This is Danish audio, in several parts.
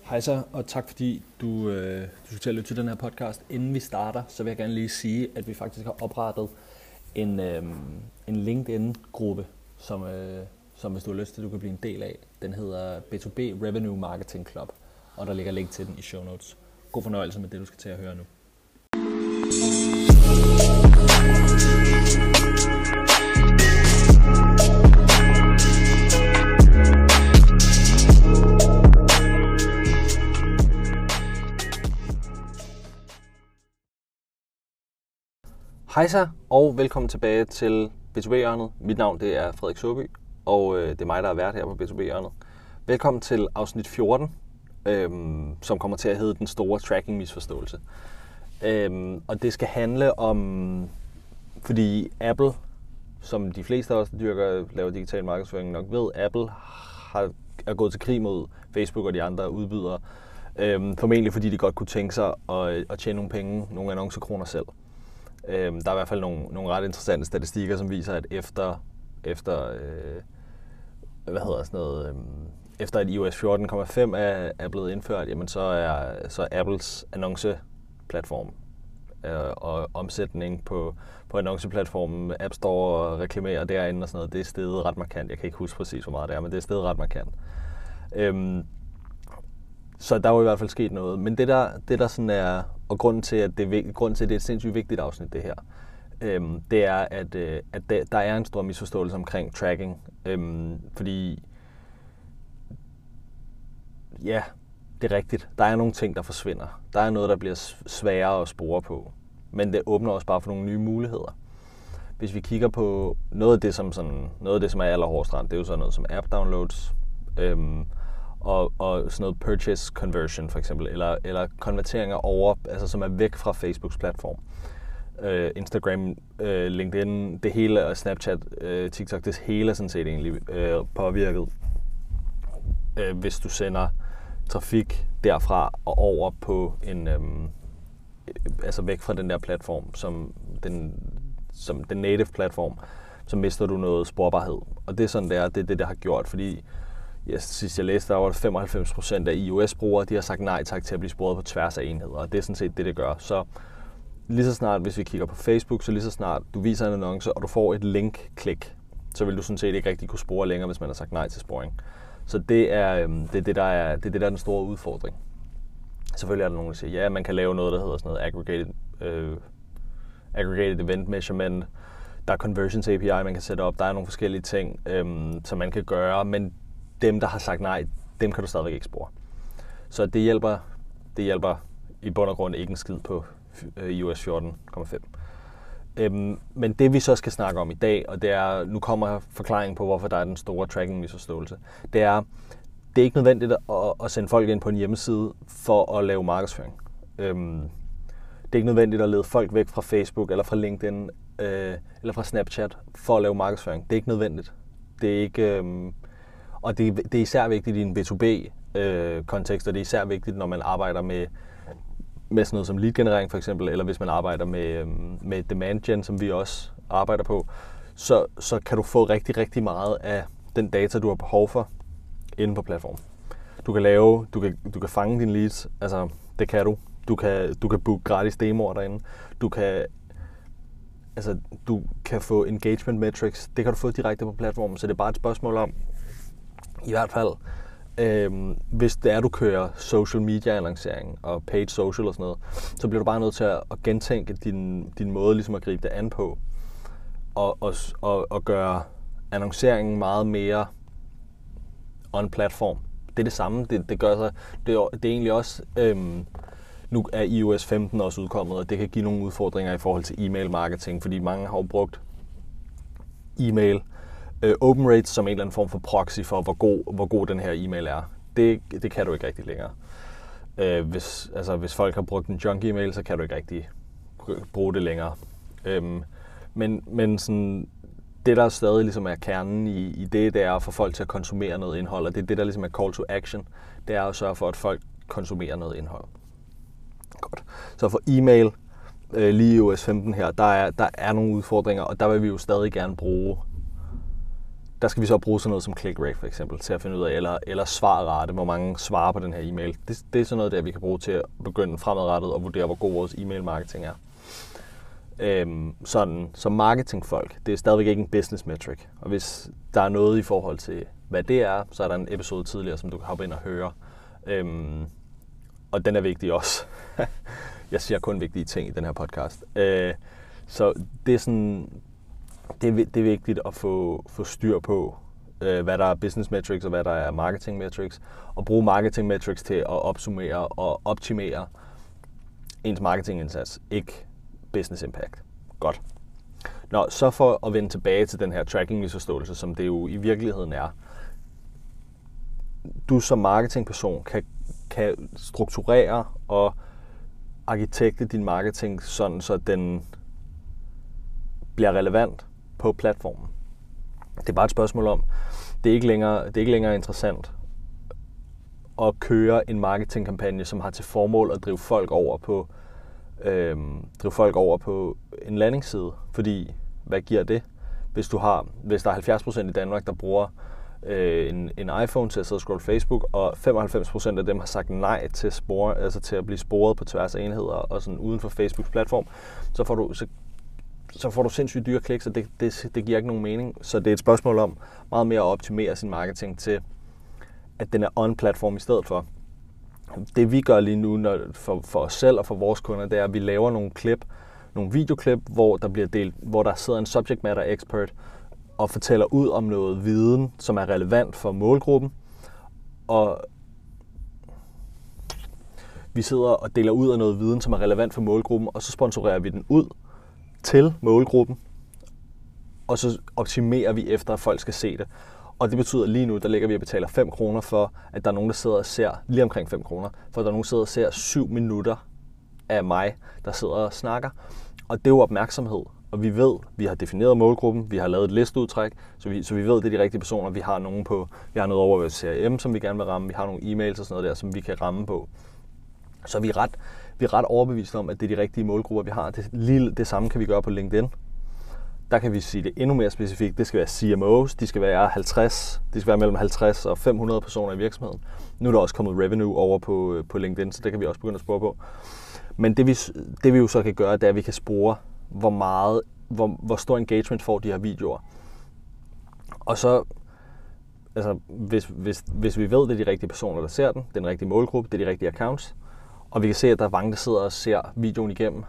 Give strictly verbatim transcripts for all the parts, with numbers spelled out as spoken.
Hej så, og tak fordi du, øh, du skal til at lytte til den her podcast. Inden vi starter, så vil jeg gerne lige sige, at vi faktisk har oprettet en, øh, en LinkedIn-gruppe, som, øh, som hvis du har lyst til, du kan blive en del af. Den hedder B to B Revenue Marketing Club, og der ligger link til den i show notes. God fornøjelse med det, du skal til at høre nu. Hej så, og velkommen tilbage til B to B-hjørnet. Mit navn det er Frederik Søby, og øh, det er mig, der er vært her på B to B-hjørnet. Velkommen til afsnit fjorten, øhm, som kommer til at hedde Den Store Tracking-misforståelse. Øhm, og det skal handle om, fordi Apple, som de fleste af os, der dyrker laver digital markedsføring nok ved, Apple har, er gået til krig mod Facebook og de andre udbydere. Øhm, formentlig fordi de godt kunne tænke sig at, at tjene nogle penge, nogle annoncekroner selv. Øhm, der er i hvert fald nogle, nogle ret interessante statistikker, som viser, at efter, efter, øh, hvad hedder sådan noget, øh, efter at i O S fjorten komma fem er, er blevet indført, jamen så er så Apples annonceplatform øh, og omsætning på, på annonceplatformen, App Store og reklamere derinde og sådan noget, det er steget ret markant. Jeg kan ikke huske præcis, hvor meget det er, men det er steget ret markant. Øhm, Så der er jo i hvert fald sket noget. Men det der, det der sådan er, og grunden til, at det er, grunden til, at det er et sindssygt vigtigt afsnit, det her, øhm, det er, at, øh, at der er en stor misforståelse omkring tracking. Øhm, fordi, ja, det er rigtigt. Der er nogle ting, der forsvinder. Der er noget, der bliver sværere at spore på. Men det åbner også bare for nogle nye muligheder. Hvis vi kigger på noget af det, som, sådan, noget af det, som er allerhårdest ramt, det er jo sådan noget som app downloads, øhm, Og, og sådan noget purchase conversion for eksempel, eller, eller konverteringer over, altså som er væk fra Facebooks platform. Uh, Instagram, uh, LinkedIn, det hele, og Snapchat, uh, TikTok, det hele er sådan set egentlig uh, påvirket. Uh, hvis du sender trafik derfra og over på en, um, altså væk fra den der platform, som den, som den native platform, så mister du noget sporbarhed. Og det er sådan der, det er det, der har gjort, fordi Ja, sidst jeg læste, der var femoghalvfems procent af iOS-brugere, de har sagt nej tak til at blive sporet på tværs af enheder, og det er sådan set det, det gør. Så lige så snart, hvis vi kigger på Facebook, så lige så snart du viser en annonce, og du får et link-klik, så vil du sådan set ikke rigtig kunne spore længere, hvis man har sagt nej til sporing. Så det er det, er det, der, er, det, er det der er den store udfordring. Selvfølgelig er der nogen, der siger, ja, man kan lave noget, der hedder sådan noget aggregated, uh, aggregated event measurement, der er conversions A P I, man kan sætte op, der er nogle forskellige ting, um, som man kan gøre, men dem, der har sagt nej, dem kan du stadigvæk ikke spore. Så det hjælper, det hjælper i bund og grund ikke en skid på i O S fjorten komma fem. Øhm, men det vi så skal snakke om i dag, og det er, nu kommer forklaringen på, hvorfor der er den store tracking-misforståelse, det er, det er ikke nødvendigt at, at sende folk ind på en hjemmeside for at lave markedsføring. Øhm, det er ikke nødvendigt at lede folk væk fra Facebook, eller fra LinkedIn, øh, eller fra Snapchat for at lave markedsføring. Det er ikke nødvendigt. Det er ikke... Øh, Og det, det er især vigtigt i en B to B-kontekst, øh, og det er især vigtigt, når man arbejder med, med sådan noget som lead-generering for eksempel, eller hvis man arbejder med, øh, med demand gen, som vi også arbejder på, så, så kan du få rigtig, rigtig meget af den data, du har behov for inde på platformen. Du kan lave, du kan, du kan fange dine leads, altså det kan du. Du kan, du kan booke gratis demoer derinde. Du kan, altså, du kan få engagement metrics, det kan du få direkte på platformen, så det er bare et spørgsmål om, i hvert fald, øh, hvis det er, du kører social media annoncering og paid social og sådan noget, så bliver du bare nødt til at, at gentænke din, din måde ligesom at gribe det an på, og, og, og, og gøre annonceringen meget mere on-platform. Det er det samme, det, det gør sig, det er, det er egentlig også, øh, nu er i O S femten også udkommet, og det kan give nogle udfordringer i forhold til e-mail marketing, fordi mange har jo brugt e-mail, Uh, open rates som en eller anden form for proxy for, hvor god, hvor god den her e-mail er. Det, det kan du ikke rigtig længere. Uh, hvis, altså, hvis folk har brugt en junk e-mail, så kan du ikke rigtig bruge det længere. Um, men men sådan, det, der stadig ligesom er kernen i, i det, det er at få folk til at konsumere noget indhold, og det er det, der ligesom er call to action. Det er at sørge for, at folk konsumerer noget indhold. Godt. Så for e-mail, uh, lige i O S femten her, der er, der er nogle udfordringer, og der vil vi jo stadig gerne bruge der skal vi så bruge sådan noget som click rate for eksempel, til at finde ud af, eller, eller svarrate, hvor mange svarer på den her e-mail. Det, det er sådan noget der, vi kan bruge til at begynde fremadrettet og vurdere, hvor god vores e-mail marketing er. Øhm, sådan, som marketingfolk, det er stadigvæk ikke en business metric. Og hvis der er noget i forhold til, hvad det er, så er der en episode tidligere, som du kan hoppe ind og høre. Øhm, og den er vigtig også. Jeg siger kun vigtige ting i den her podcast. Øh, så det er sådan, det er, det er vigtigt at få, få styr på, øh, hvad der er business metrics og hvad der er marketing metrics, og bruge marketing metrics til at opsummere og optimere ens marketingindsats, ikke business impact. Godt. Nå, så for at vende tilbage til den her tracking-misforståelse, som det jo i virkeligheden er. Du som marketingperson kan, kan strukturere og arkitekte din marketing sådan, så den bliver relevant på platformen. Det er bare et spørgsmål om, det er ikke længere, det er ikke længere interessant at køre en marketingkampagne, som har til formål at drive folk over på Øhm, drive folk over på en landingsside, fordi hvad giver det? Hvis du har, hvis der er halvfjerds procent i Danmark, der bruger øh, en, en iPhone til at sidde og scrolle Facebook, og femoghalvfems procent af dem har sagt nej til spore, altså til at blive sporet på tværs af enheder og sådan uden for Facebooks platform, så får du så, så får du sindssygt dyre kliks, og det, det, det giver ikke nogen mening. Så det er et spørgsmål om meget mere at optimere sin marketing til, at den er on-platform i stedet for. Det vi gør lige nu når, for, for os selv og for vores kunder, det er, at vi laver nogle klip, nogle videoklip, hvor der bliver delt, hvor der sidder en subject matter expert og fortæller ud om noget viden, som er relevant for målgruppen. Og vi sidder og deler ud af noget viden, som er relevant for målgruppen, og så sponsorerer vi den ud til målgruppen, og så optimerer vi efter, at folk skal se det. Og det betyder lige nu, der ligger vi og betaler fem kroner for, at der er nogen, der sidder og ser, lige omkring fem kroner, for at der er nogen, der sidder og ser syv minutter af mig, der sidder og snakker. Og det er jo opmærksomhed, og vi ved, vi har defineret målgruppen, vi har lavet et listeudtræk, så vi, så vi ved, det er de rigtige personer. Vi har nogen på, vi har noget over ved C R M, som vi gerne vil ramme, vi har nogle e-mails og sådan noget der, som vi kan ramme på. Så vi er ret, vi er ret overbevist om, at det er de rigtige målgrupper, vi har. Det, lige det samme kan vi gøre på LinkedIn. Der kan vi sige det endnu mere specifikt. Det skal være C M O's, de skal være halvtreds, de skal være mellem halvtreds og fem hundrede personer i virksomheden. Nu er der også kommet revenue over på, på LinkedIn, så det kan vi også begynde at spore på. Men det vi, det vi jo så kan gøre, det er, at vi kan spore, hvor meget, hvor, hvor stor engagement får de her videoer. Og så, altså, hvis, hvis, hvis vi ved, det er de rigtige personer, der ser den, den rigtige målgruppe, det er de rigtige accounts, og vi kan se, at der er mange, der sidder og ser videoen igennem,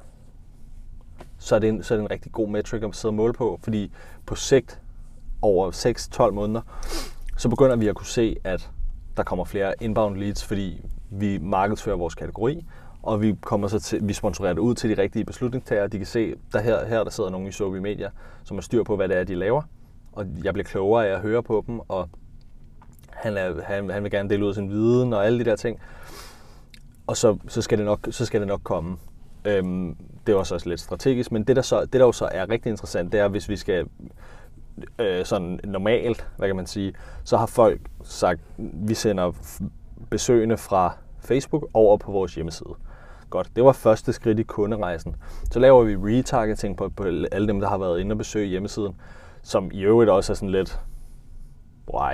så er det en, så er det en rigtig god metric at sidde og måle på, fordi på sigt, over seks til tolv måneder, så begynder vi at kunne se, at der kommer flere inbound leads, fordi vi markedsfører vores kategori, og vi kommer så til, vi sponsorerer det ud til de rigtige beslutningstagere. De kan se, der her, her der sidder nogen i Sobi Media, som har styr på, hvad det er, de laver, og jeg bliver klogere af at høre på dem, og han, er, han, han vil gerne dele ud af sin viden og alle de der ting, og så, så, skal, det nok, så skal det nok komme. Øhm, det er også, også lidt strategisk, men det der, så, det der jo så er rigtig interessant, det er, hvis vi skal øh, sådan normalt, hvad kan man sige, så har folk sagt, vi sender besøgende fra Facebook over på vores hjemmeside. Godt, det var første skridt i kunderejsen. Så laver vi retargeting på, på alle dem, der har været inde og besøge hjemmesiden, som i øvrigt også er sådan lidt, why?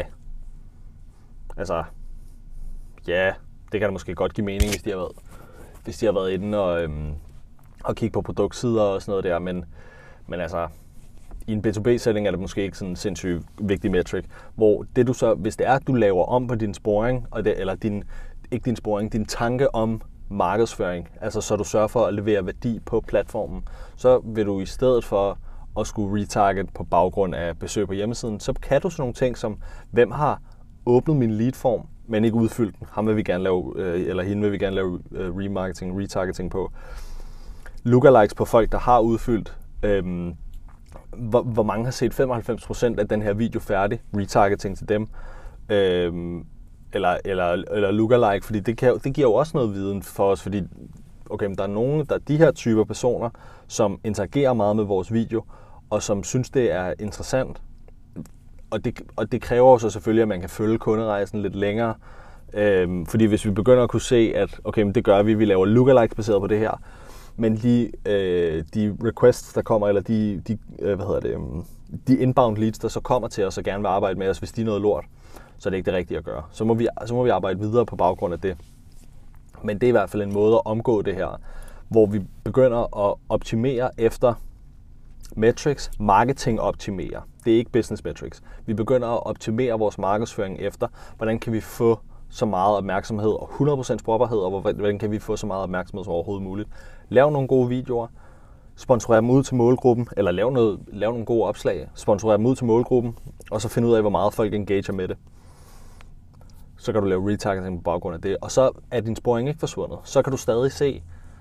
Altså, ja, det kan da måske godt give mening, hvis de har været, hvis de har været inde og, øhm, og kigge på produktsider og sådan noget der, men, men altså, i en B to B-setting er det måske ikke sådan en sindssygt vigtig metric, hvor det du så, hvis det er, at du laver om på din sporing, og det, eller din, ikke din sporing, din tanke om markedsføring, altså så du sørger for at levere værdi på platformen, så vil du i stedet for at skulle retarget på baggrund af besøg på hjemmesiden, så kan du sådan nogle ting som, hvem har åbnet min lead-form, men ikke udfyldt den. Ham vil vi gerne lave, eller hende vil vi gerne lave remarketing, retargeting på. Lookalikes på folk, der har udfyldt. Øhm, hvor, hvor mange har set femoghalvfems procent af den her video færdig? Retargeting til dem. Øhm, eller, eller, eller lookalike, fordi det, kan, det giver jo også noget viden for os, fordi okay, men der er nogle, der er de her typer personer, som interagerer meget med vores video, og som synes, det er interessant. Og det, og det kræver jo så selvfølgelig, at man kan følge kunderejsen lidt længere. Øhm, fordi hvis vi begynder at kunne se, at okay, men det gør vi, vi laver lookalikes baseret på det her, men de, øh, de requests, der kommer, eller de, de, øh, hvad hedder det, de inbound leads, der så kommer til os og gerne vil arbejde med os, hvis de er noget lort, så er det ikke det rigtige at gøre. Så må vi, så må vi arbejde videre på baggrund af det. Men det er i hvert fald en måde at omgå det her, hvor vi begynder at optimere efter metrics, marketing optimere. Det er ikke business metrics. Vi begynder at optimere vores markedsføring efter, hvordan kan vi få så meget opmærksomhed og hundrede procent sporbarhed, og hvordan kan vi få så meget opmærksomhed som overhovedet muligt. Lav nogle gode videoer, sponsorer dem ud til målgruppen, eller lav, noget, lav nogle gode opslag, sponsorer dem ud til målgruppen, og så finde ud af, hvor meget folk engager med det. Så kan du lave retargeting på baggrund af det, og så er din sporing ikke forsvundet. Så kan du stadig se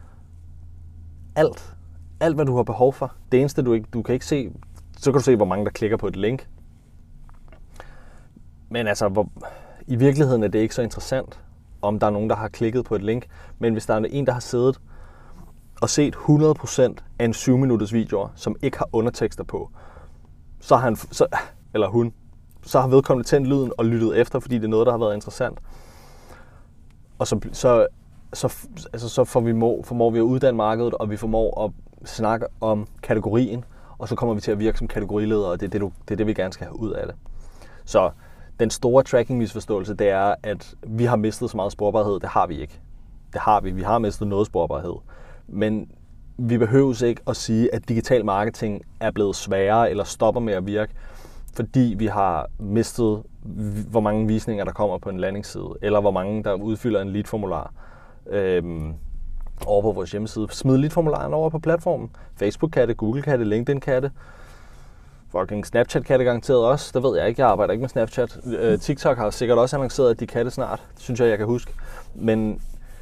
alt. Alt, hvad du har behov for. Det eneste, du ikke, du kan ikke se, så kan du se, hvor mange der klikker på et link. Men altså, hvor, i virkeligheden er det ikke så interessant, om der er nogen, der har klikket på et link. Men hvis der er en, der har siddet og set hundrede procent af en syv minutters video, som ikke har undertekster på, så har han, så, eller hun, så har vedkommende tændt lyden og lyttet efter, fordi det er noget, der har været interessant. Og så, så, så, altså, så får vi må, formår vi at uddanne markedet, og vi formår at snakke om kategorien, og så kommer vi til at virke som kategoriledere, og det er det, du, det, er det vi gerne skal have ud af det. Så den store tracking-misforståelse, det er, at vi har mistet så meget sporbarhed. Det har vi ikke. Det har vi. Vi har mistet noget sporbarhed. Men vi behøver ikke at sige, at digital marketing er blevet sværere eller stopper med at virke, fordi vi har mistet, hvor mange visninger, der kommer på en landingsside, eller hvor mange, der udfylder en lead-formular øhm, over på vores hjemmeside. Smid lead-formularen over på platformen. Facebook kan det, Google kan det, LinkedIn kan det. Fucking Snapchat kan det garanteret også. Det ved jeg ikke. Jeg arbejder ikke med Snapchat. Øh, TikTok har sikkert også annonceret, at de kan det snart. Det synes jeg, jeg kan huske. Men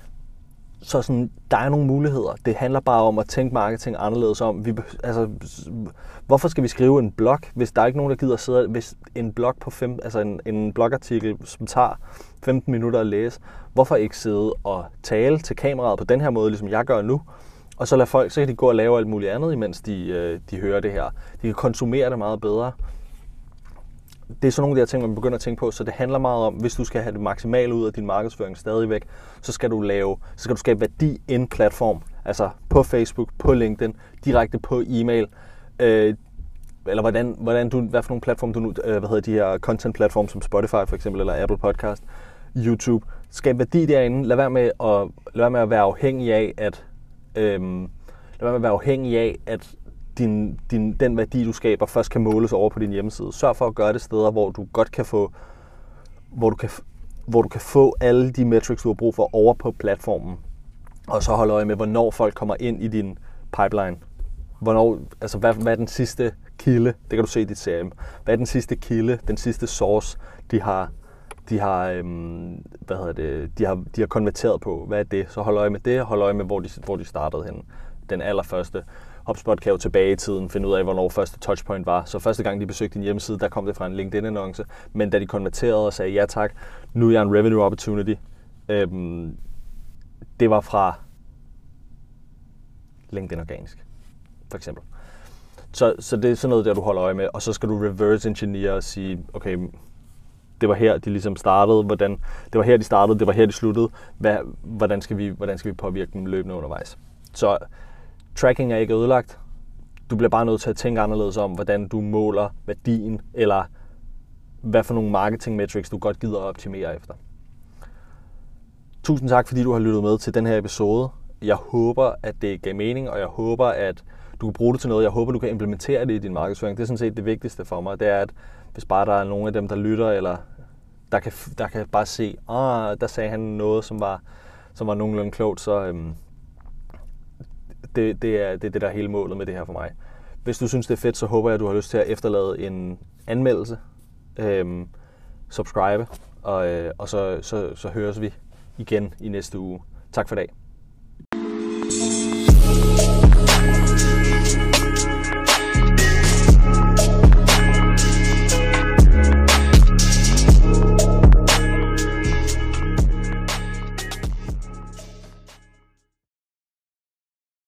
så sådan, der er nogle muligheder. Det handler bare om at tænke marketing anderledes om. Vi, altså, hvorfor skal vi skrive en blog, hvis der er ikke nogen, der gider at sidde, hvis en blog på fem, altså en, en blogartikel, som tager femten minutter at læse, hvorfor ikke sidde og tale til kameraet på den her måde, ligesom jeg gør nu, og så lade folk, så kan de gå og lave alt muligt andet, imens de, de hører det her. De kan konsumere det meget bedre. Det er sådan nogle af de her ting, man begynder at tænke på, så det handler meget om, hvis du skal have det maksimale ud af din markedsføring stadigvæk, så skal du lave, så skal du skabe værdi in platform, altså på Facebook, på LinkedIn, direkte på e-mail, øh, eller hvordan, hvordan du, hvad for nogle platforme du nu, øh, hvad hedder de her content platform som Spotify for eksempel, eller Apple Podcast, YouTube. Skab værdi derinde, lad være med at, lad være med at være afhængig af, at, øh, lad være med at være afhængig af, at Din, din, den værdi, du skaber, først kan måles over på din hjemmeside. Sørg for at gøre det steder, hvor du godt kan få, hvor du kan, hvor du kan få alle de metrics, du har brug for over på platformen. Og så holde øje med, hvornår folk kommer ind i din pipeline. Hvornår, altså hvad, hvad er den sidste kilde, det kan du se i dit C R M. Hvad er den sidste kilde, den sidste source, de har, de har, øhm, hvad hedder det, de har, de har konverteret på. Hvad er det? Så hold øje med det, og hold øje med, hvor de, hvor de startede henne. Den allerførste. HubSpot kan jo tilbage i tiden finde ud af, hvornår første touchpoint var. Så første gang, de besøgte din hjemmeside, der kom det fra en LinkedIn-annonce. Men da de konverterede og sagde, ja tak, nu er jeg en revenue opportunity, øhm, det var fra LinkedIn organisk, for eksempel. Så, så det er sådan noget, der du holder øje med. Og så skal du reverse engineer og sige, okay, det var her, de ligesom startede, hvordan, det var her, de startede, det var her, de sluttede. Hvad, hvordan, skal vi, hvordan skal vi påvirke dem løbende undervejs? Så tracking er ikke ødelagt. Du bliver bare nødt til at tænke anderledes om, hvordan du måler værdien, eller hvad for nogle marketing metrics, du godt gider at optimere efter. Tusind tak, fordi du har lyttet med til den her episode. Jeg håber, at det gav mening, og jeg håber, at du kan bruge det til noget. Jeg håber, du kan implementere det i din markedsføring. Det er sådan set det vigtigste for mig. Det er, at hvis bare der er nogen af dem, der lytter, eller der kan, der kan bare se, ah, der sagde han noget, som var, som var nogenlunde klogt, så øhm, Det, det, er, det er det, der er hele målet med det her for mig. Hvis du synes, det er fedt, så håber jeg, at du har lyst til at efterlade en anmeldelse, øhm, subscribe, og, øh, og så, så, så høres vi igen i næste uge. Tak for i dag.